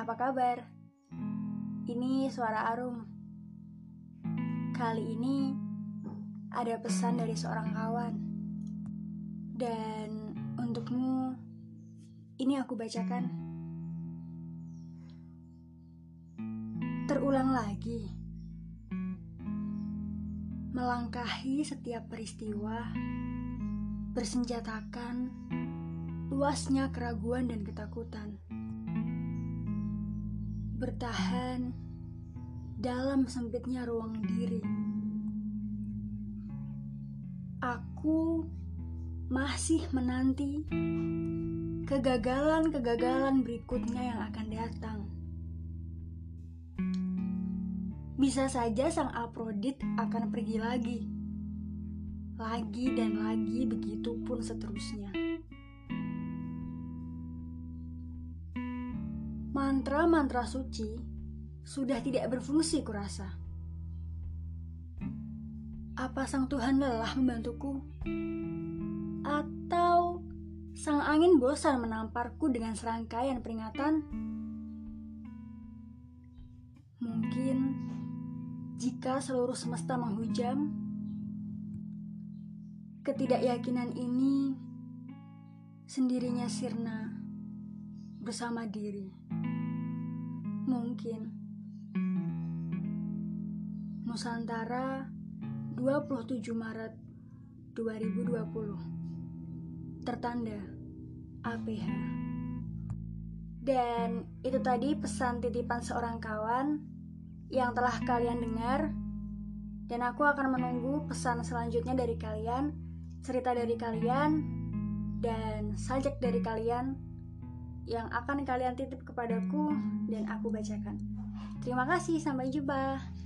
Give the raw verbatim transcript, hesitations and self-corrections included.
Apa kabar? Ini suara Arum. Kali ini ada pesan dari seorang kawan. Dan untukmu, ini aku bacakan. Terulang lagi. Melangkahi setiap peristiwa, bersenjatakan luasnya keraguan dan ketakutan. Bertahan dalam sempitnya ruang diri. Aku masih menanti kegagalan-kegagalan berikutnya yang akan datang. Bisa saja sang Afrodit akan pergi lagi. Lagi dan lagi, begitu pun seterusnya. Mantra-mantra suci sudah tidak berfungsi kurasa. Apa sang Tuhan lelah membantuku? Atau sang angin bosan menamparku dengan serangkaian peringatan? Mungkin jika seluruh semesta menghujam, ketidakyakinan ini sendirinya sirna bersama diri. Mungkin Nusantara dua puluh tujuh Maret dua ribu dua puluh. Tertanda A P H. Dan itu tadi pesan titipan seorang kawan yang telah kalian dengar. Dan aku akan menunggu pesan selanjutnya dari kalian, cerita dari kalian, dan sajak dari kalian yang akan kalian titip kepadaku dan aku bacakan. Terima kasih, sampai jumpa.